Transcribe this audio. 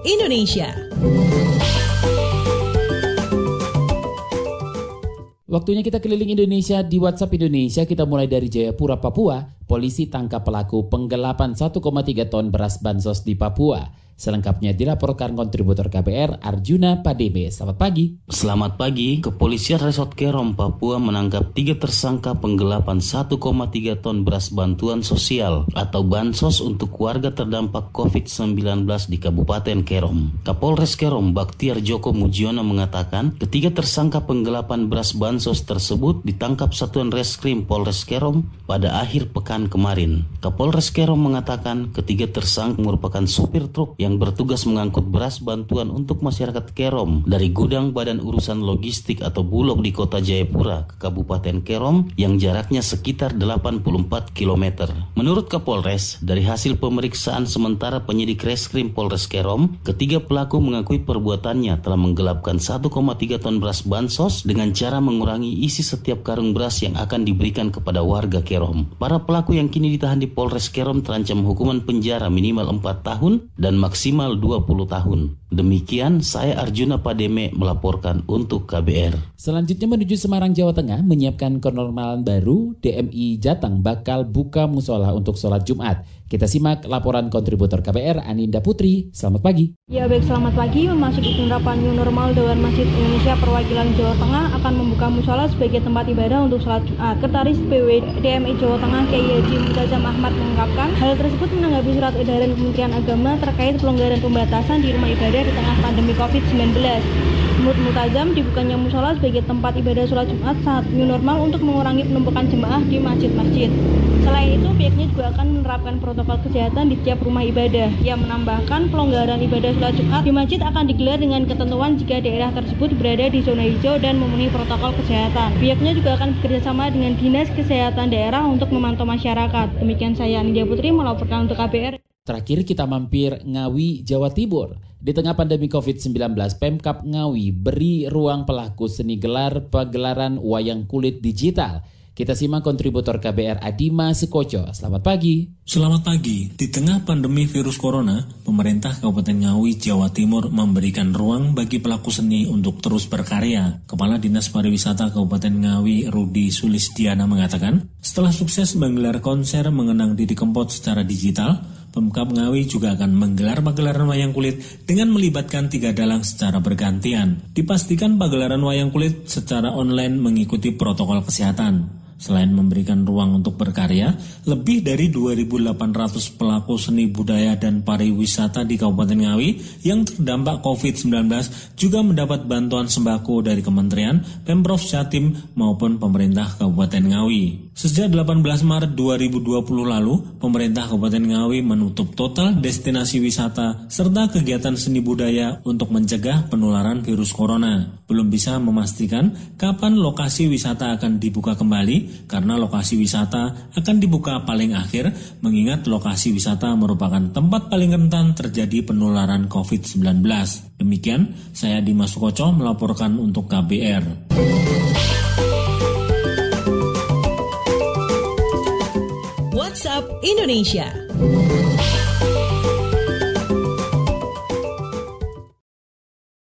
Indonesia. Waktunya kita keliling Indonesia di WhatsApp Indonesia. Kita mulai dari Jayapura, Papua. Polisi tangkap pelaku penggelapan 1,3 ton beras bansos di Papua. Selengkapnya dilaporkan kontributor KBR Arjuna Padebe. Selamat pagi. Selamat pagi. Kepolisian Resort Kerom, Papua menangkap 3 tersangka penggelapan 1,3 ton beras bantuan sosial atau bansos untuk warga terdampak COVID-19 di Kabupaten Kerom. Kapolres Kerom Baktiar Joko Mujiono mengatakan ketiga tersangka penggelapan beras bansos tersebut ditangkap Satuan Reskrim Polres Kerom pada akhir pekan kemarin. Kapolres Kerom mengatakan ketiga tersangka merupakan supir truk yang bertugas mengangkut beras bantuan untuk masyarakat Kerom dari gudang Badan Urusan Logistik atau Bulog di Kota Jayapura ke Kabupaten Kerom yang jaraknya sekitar 84 km. Menurut Kapolres, dari hasil pemeriksaan sementara penyidik Reskrim Polres Kerom, ketiga pelaku mengakui perbuatannya telah menggelapkan 1,3 ton beras bansos dengan cara mengurangi isi setiap karung beras yang akan diberikan kepada warga Kerom. Para pelaku yang kini ditahan di Polres Kerom terancam hukuman penjara minimal 4 tahun dan maksimal 20 tahun. Demikian saya Arjuna Pademe melaporkan untuk KBR. Selanjutnya menuju Semarang, Jawa Tengah, menyiapkan kenormalan baru. DMI Jateng bakal buka musola untuk sholat Jumat. Kita simak laporan kontributor KBR Aninda Putri. Selamat pagi. Ya baik, selamat pagi. Memasuki penerapan New Normal, Dewan Masjid Indonesia Perwakilan Jawa Tengah akan membuka musola sebagai tempat ibadah untuk sholat Jumat. Sekretaris PW DMI Jawa Tengah Kiai Haji Multazam Ahmad mengungkapkan hal tersebut menanggapi surat edaran Kementerian Agama terkait pelonggaran pembatasan di rumah ibadah di tengah pandemi COVID-19. Menurut Multazam, dibukanya musola sebagai tempat ibadah sholat Jumat saat new normal untuk mengurangi penumpukan jemaah di masjid-masjid. Selain itu, pihaknya juga akan menerapkan protokol kesehatan di setiap rumah ibadah. Ia menambahkan pelonggaran ibadah sholat Jumat di masjid akan digelar dengan ketentuan jika daerah tersebut berada di zona hijau dan memenuhi protokol kesehatan. Pihaknya juga akan bekerjasama dengan Dinas Kesehatan daerah untuk memantau masyarakat. Demikian saya Aninda Putri melaporkan untuk KBR. Terakhir kita mampir Ngawi, Jawa Timur. Di tengah pandemi COVID-19, Pemkab Ngawi beri ruang pelaku seni gelar pagelaran wayang kulit digital. Kita simak kontributor KBR Adima Sekoco. Selamat pagi. Selamat pagi. Di tengah pandemi virus corona, pemerintah Kabupaten Ngawi, Jawa Timur memberikan ruang bagi pelaku seni untuk terus berkarya. Kepala Dinas Pariwisata Kabupaten Ngawi, Rudi Sulisdiana mengatakan, setelah sukses menggelar konser mengenang Didi Kempot secara digital, Pemkab Ngawi juga akan menggelar pagelaran wayang kulit dengan melibatkan 3 dalang secara bergantian. Dipastikan pagelaran wayang kulit secara online mengikuti protokol kesehatan. Selain memberikan ruang untuk berkarya, lebih dari 2.800 pelaku seni budaya dan pariwisata di Kabupaten Ngawi yang terdampak COVID-19 juga mendapat bantuan sembako dari Kementerian, Pemprov Jatim maupun pemerintah Kabupaten Ngawi. Sejak 18 Maret 2020 lalu, pemerintah Kabupaten Ngawi menutup total destinasi wisata serta kegiatan seni budaya untuk mencegah penularan virus corona. Belum bisa memastikan kapan lokasi wisata akan dibuka kembali, karena lokasi wisata akan dibuka paling akhir, mengingat lokasi wisata merupakan tempat paling rentan terjadi penularan COVID-19. Demikian, saya Dimas Sukoco melaporkan untuk KBR. WhatsApp Indonesia.